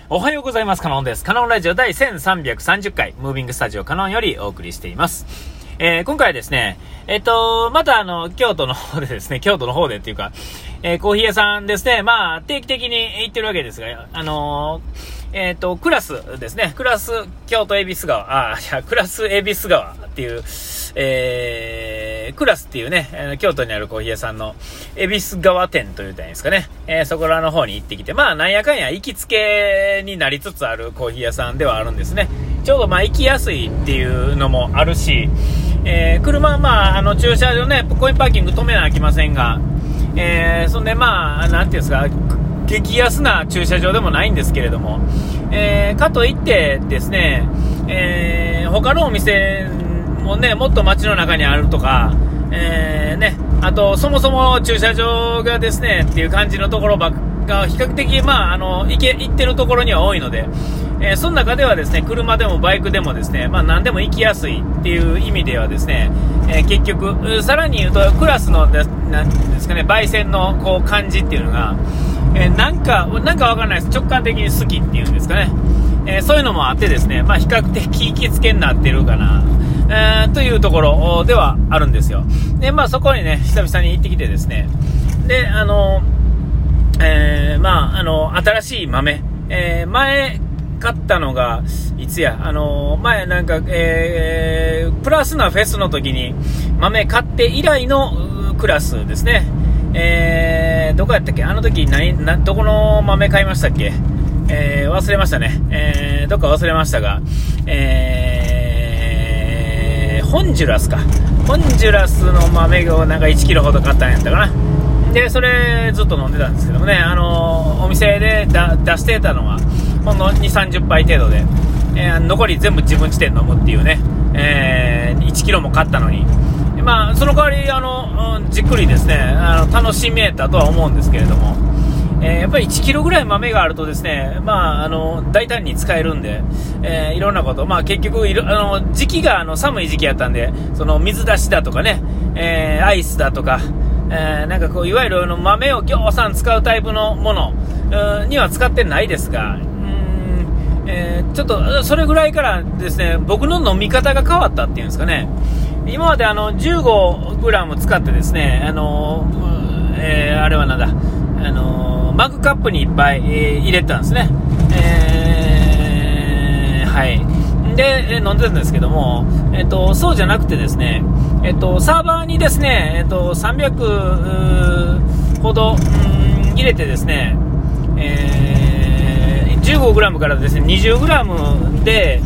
おはようございます。カノンです。カノンラジオ第1330回、ムービングスタジオカノンよりお送りしています。今回はですね、また京都の方でですね、京都の方でっていうか、コーヒー屋さんですね、まあ、定期的に行ってるわけですが、クラスですね、クラス京都恵比寿川、クラス恵比寿川っていう、クラスっていうね、京都にあるコーヒー屋さんの恵比寿川店という点ですかね、そこらの方に行ってきて、まあなんやかんや行きつけになりつつあるコーヒー屋さんではあるんですね。ちょうどまあ行きやすいっていうのもあるし、車はまあ駐車場ね、コインパーキング止めなきゃいけませんが、そんでまあなんていうんですか、激安な駐車場でもないんですけれども、かといってですね、他のお店もね、もっと街の中にあるとか、あとそもそも駐車場がですねっていう感じのところが比較的まあ行ってるところには多いので、その中ではですね、車でもバイクでもですね、まあ何でも行きやすいっていう意味ではですね、結局さらに言うとクラスのなんですかね、焙煎のこう感じっていうのが、なんかわかんないです。直感的に好きっていうんですかね、そういうのもあってですね、まあ比較的行きつけになってるかな、というところではあるんですよ。でまあそこにね、久々に行ってきてですね、でまあ新しい豆、前買ったのがいつや、前なんか、プラスなフェスの時に豆買って以来のクラスですね。どこやったっけ、あの時どこの豆買いましたっけ、忘れましたね。どっか忘れましたが、ホンジュラスの豆をなんか1キロほど買ったんやったかな。でそれずっと飲んでたんですけどもね、お店で出してたのはほんの 2,30 杯程度で、残り全部自分家で飲むっていうね、1キロも買ったのに、まあその代わりじっくりですね、楽しめたとは思うんですけれども、やっぱり1キロぐらい豆があるとですね、まあ大胆に使えるんで、いろんなこと、まあ結局時期が寒い時期やったんで、その水出しだとかね、アイスだとか、なんかこういわゆる豆をぎょうさん使うタイプのものには使ってないですが、ちょっとそれぐらいからですね、僕の飲み方が変わったっていうんですかね。今まで15g 使ってですね、あれはなんだ、マグカップにいっぱい、入れてたんですね。はい。で、飲んでたんですけども、そうじゃなくてですね、サーバーにですね、300ほど入れてですね、15g からですね 20g で、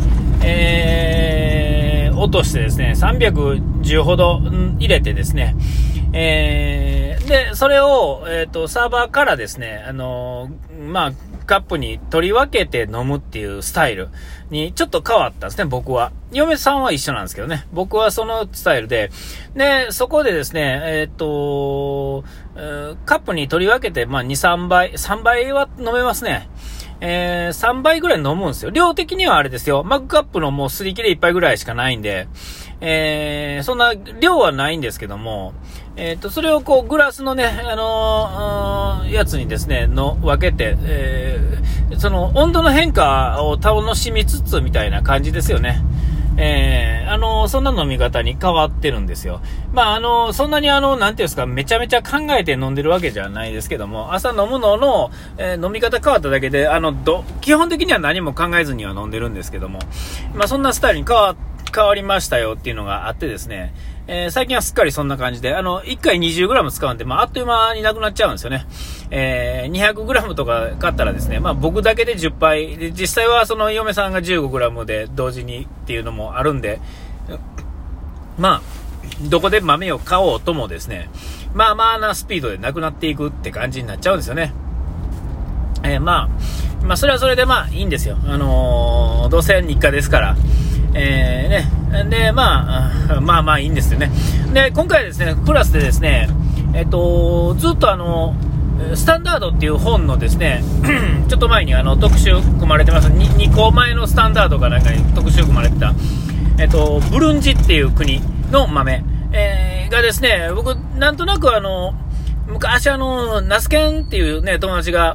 落としてですね310ほど入れてですね、でそれを、サーバーからですねまあカップに取り分けて飲むっていうスタイルにちょっと変わったんですね。僕は、嫁さんは一緒なんですけどね、僕はそのスタイルで、そこでですねカップに取り分けて、まあ、3倍は飲めますね。3倍ぐらい飲むんですよ。量的にはあれですよ、マグカップのもうすり切れ1杯ぐらいしかないんで、そんな量はないんですけども、それをこうグラスのね、やつにですね分けて、その温度の変化を楽しみつつみたいな感じですよね。そんな飲み方に変わってるんですよ。まあそんなになんていうんですか、めちゃめちゃ考えて飲んでるわけじゃないですけども、朝飲むのの、飲み方変わっただけで基本的には何も考えずには飲んでるんですけども、まあそんなスタイルに変わりましたよっていうのがあってですね、最近はすっかりそんな感じで、1回 20g 使うんで、まああっという間になくなっちゃうんですよね。200g とか買ったらですね、まあ僕だけで10杯で、実際はその嫁さんが 15g で同時にっていうのもあるんで、まあどこで豆を買おうともですね、まあなスピードでなくなっていくって感じになっちゃうんですよね。まあそれはそれでまあいいんですよ。どうせ日課ですから。でまあいいんですよね。で今回ですね、クラスでですね、ずっとスタンダードっていう本のですねちょっと前に特集組まれてます。2個前のスタンダードかなんかに特集組まれてた、ブルンジっていう国の豆、がですね、僕なんとなく昔ナスケンっていうね友達が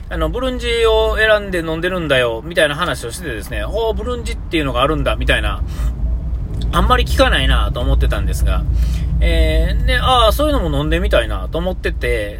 ブルンジを選んで飲んでるんだよ、みたいな話をしててですね、ブルンジっていうのがあるんだ、みたいな、あんまり聞かないなと思ってたんですが、そういうのも飲んでみたいなと思ってて、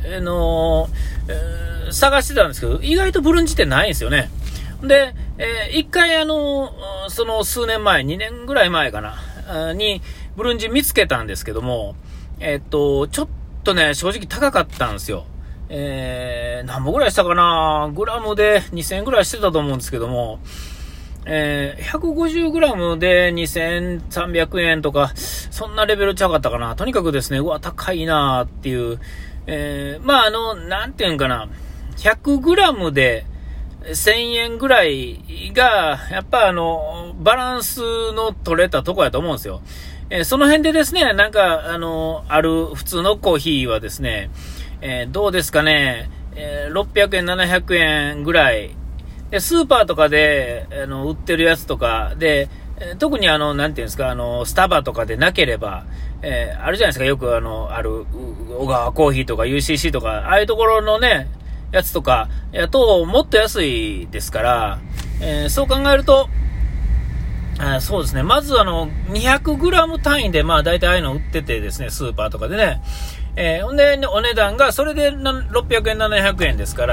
探してたんですけど、意外とブルンジってないんですよね。で、一回その数年前、2年ぐらい前かな、に、ブルンジ見つけたんですけども、ちょっとね、正直高かったんですよ。何本ぐらいしたかな、グラムで2000円ぐらいしてたと思うんですけども、150グラムで2300円とか、そんなレベルちゃうかったかな。とにかくですね、高いなーっていう、なんていうんかな、100グラムで1000円ぐらいが、やっぱバランスの取れたとこやと思うんですよ。その辺でですね、なんか、ある普通のコーヒーはですね、どうですかね、600円、700円ぐらい。で、スーパーとかで、売ってるやつとかで、特になんていうんですか、スタバとかでなければ、あるじゃないですか、よくある、小川コーヒーとか UCC とか、ああいうところのね、やつとか、もっと安いですから、そう考えると、そうですね。まず200グラム単位で、大体ああいうの売っててですね、スーパーとかでね。ほんで、お値段が、それで600円、700円ですから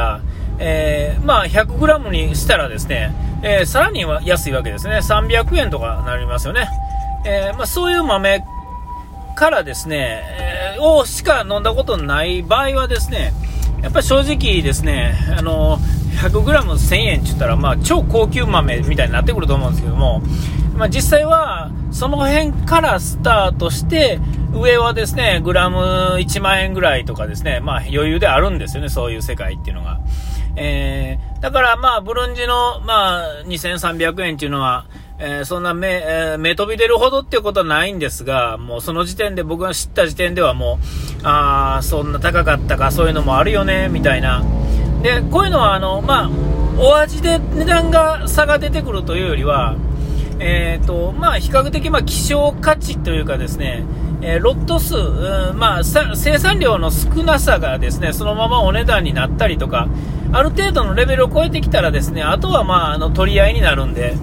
、100グラムにしたらですね、さらには安いわけですね。300円とかなりますよね。そういう豆からですね、をしか飲んだことない場合はですね、やっぱり正直ですね、100g1000 円って言ったら、超高級豆みたいになってくると思うんですけども、実際はその辺からスタートして上はですねグラム1万円ぐらいとかですね、余裕であるんですよね、そういう世界っていうのが。だからブルンジの2300円っていうのは、そんな目飛び出るほどっていうことはないんですが、もうその時点で僕が知った時点ではもうそんな高かったか、そういうのもあるよねみたいな。でこういうのはお味で値段が差が出てくるというよりは比較的希少価値というかですね、ロット数、生産量の少なさがですねそのままお値段になったりとか、ある程度のレベルを超えてきたらですね、あとは取り合いになるんで、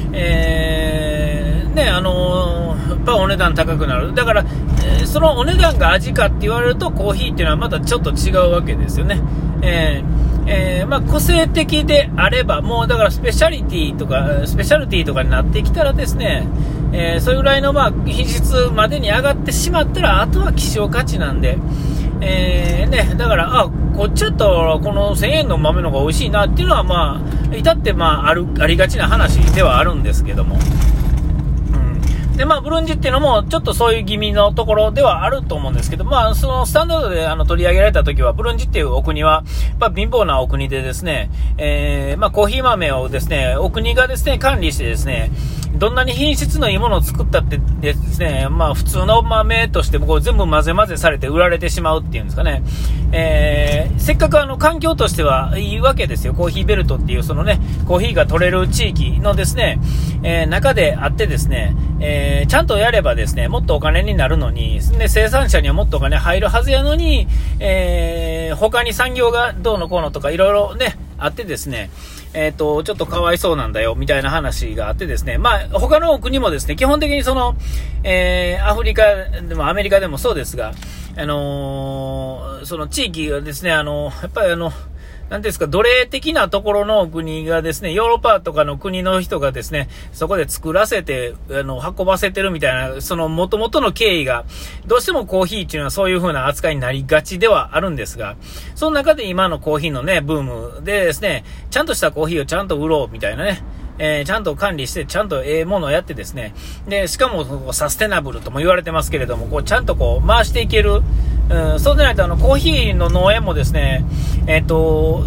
やっぱお値段高くなる。だから、そのお値段が味かって言われるとコーヒーっていうのはまたちょっと違うわけですよね。個性的であれば、もうだからスペシャリティとかになってきたらですね、それぐらいの品質までに上がってしまったら、あとは希少価値なんで、だからこっちだとこの1000円の豆の方が美味しいなっていうのは至ってありがちな話ではあるんですけども、でブルンジっていうのもちょっとそういう気味のところではあると思うんですけど、そのスタンダードで取り上げられた時は、ブルンジっていうお国は貧乏なお国でですね、コーヒー豆をですねお国がですね管理してですね、どんなに品質のいいものを作ったってですね、普通の豆としてこう全部混ぜ混ぜされて売られてしまうっていうんですかね、せっかく環境としてはいいわけですよ。コーヒーベルトっていうそのねコーヒーが取れる地域のですね、中であってですね、ちゃんとやればですねもっとお金になるのに、で生産者にはもっとお金入るはずやのに、他に産業がどうのこうのとかいろいろねあってですね、ちょっとかわいそうなんだよみたいな話があってですね、他の国もですね基本的にその、アフリカでもアメリカでもそうですが、その地域がですねやっぱりなんですか、奴隷的なところの国がですね、ヨーロッパとかの国の人がですね、そこで作らせて、運ばせてるみたいな、その元々の経緯が、どうしてもコーヒーっていうのはそういう風な扱いになりがちではあるんですが、その中で今のコーヒーのね、ブームでですね、ちゃんとしたコーヒーをちゃんと売ろうみたいなね、ちゃんと管理してちゃんとものをやってですね、でしかもサステナブルとも言われてますけれども、ちゃんと回していける、そうでないとコーヒーの農園もですね、後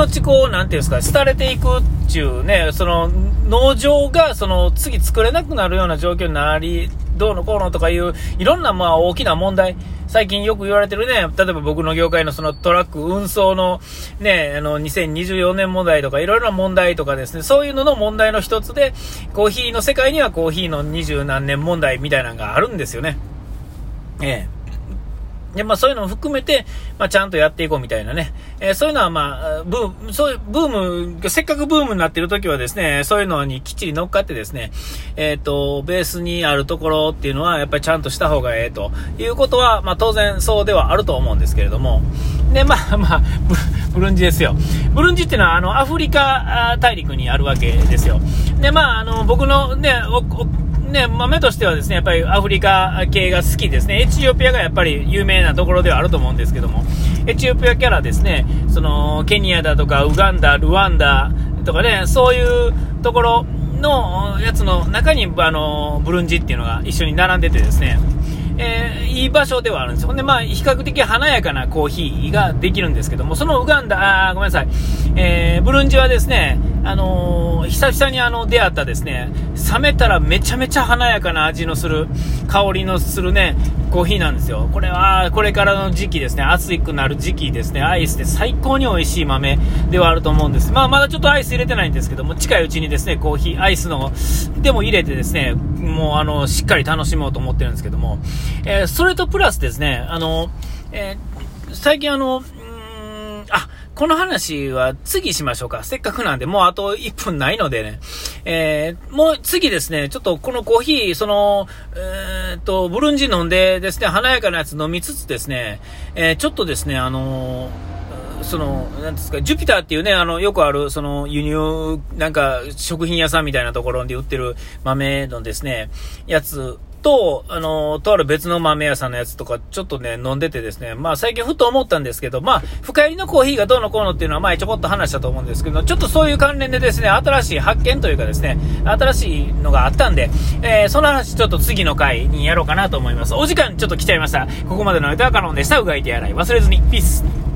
々なんていうんですか、廃れていくっていうね、その農場が次作れなくなるような状況になり、どうのこうのとかいういろんな大きな問題、最近よく言われてるね、例えば僕の業界のそのトラック運送のね、2024年問題とかいろいろな問題とかですね、そういうのの問題の一つで、コーヒーの世界にはコーヒーの20何年問題みたいなのがあるんですよね。 で、そういうのも含めて、ちゃんとやっていこうみたいなね。そういうのはそういうブーム、せっかくブームになっているときはですね、そういうのにきっちり乗っかってですね、ベースにあるところっていうのは、やっぱりちゃんとした方がということは、当然そうではあると思うんですけれども。で、ブルンジですよ。ブルンジっていうのは、アフリカ大陸にあるわけですよ。で、僕のね、豆としてはですね、やっぱりアフリカ系が好きですね。エチオピアがやっぱり有名なところではあると思うんですけども、エチオピアからですね、ケニアだとかウガンダ、ルワンダとかね、そういうところのやつの中にブルンジっていうのが一緒に並んでてですね、いい場所ではあるんですよ。ほんで、比較的華やかなコーヒーができるんですけども、そのウガンダ、ごめんなさい、ブルンジはですね、久々に出会ったですね、冷めたらめちゃめちゃ華やかな味のする、香りのするね、コーヒーなんですよ。これは、これからの時期ですね、暑くなる時期ですね、アイスで最高に美味しい豆ではあると思うんです。まだちょっとアイス入れてないんですけども、近いうちにですね、コーヒー、アイスの、でも入れてですね、もうしっかり楽しもうと思ってるんですけども、それとプラスですね、最近この話は次しましょうか。せっかくなんで、もうあと1分ないのでね。もう次ですね、ちょっとこのコーヒー、ブルンジ飲んでですね、華やかなやつ飲みつつですね、ちょっとですね、なんですか、ジュピターっていうね、よくある、輸入、食品屋さんみたいなところで売ってる豆のですね、やつ、とある別の豆屋さんのやつとか、ちょっとね、飲んでてですね、最近ふと思ったんですけど、深入りのコーヒーがどうのこうのっていうのは前ちょこっと話したと思うんですけど、ちょっとそういう関連でですね、新しい発見というかですね、新しいのがあったんで、その話ちょっと次の回にやろうかなと思います。お時間ちょっと来ちゃいました。ここまでの間はカノンでした。うがい手洗い忘れずに。ピース。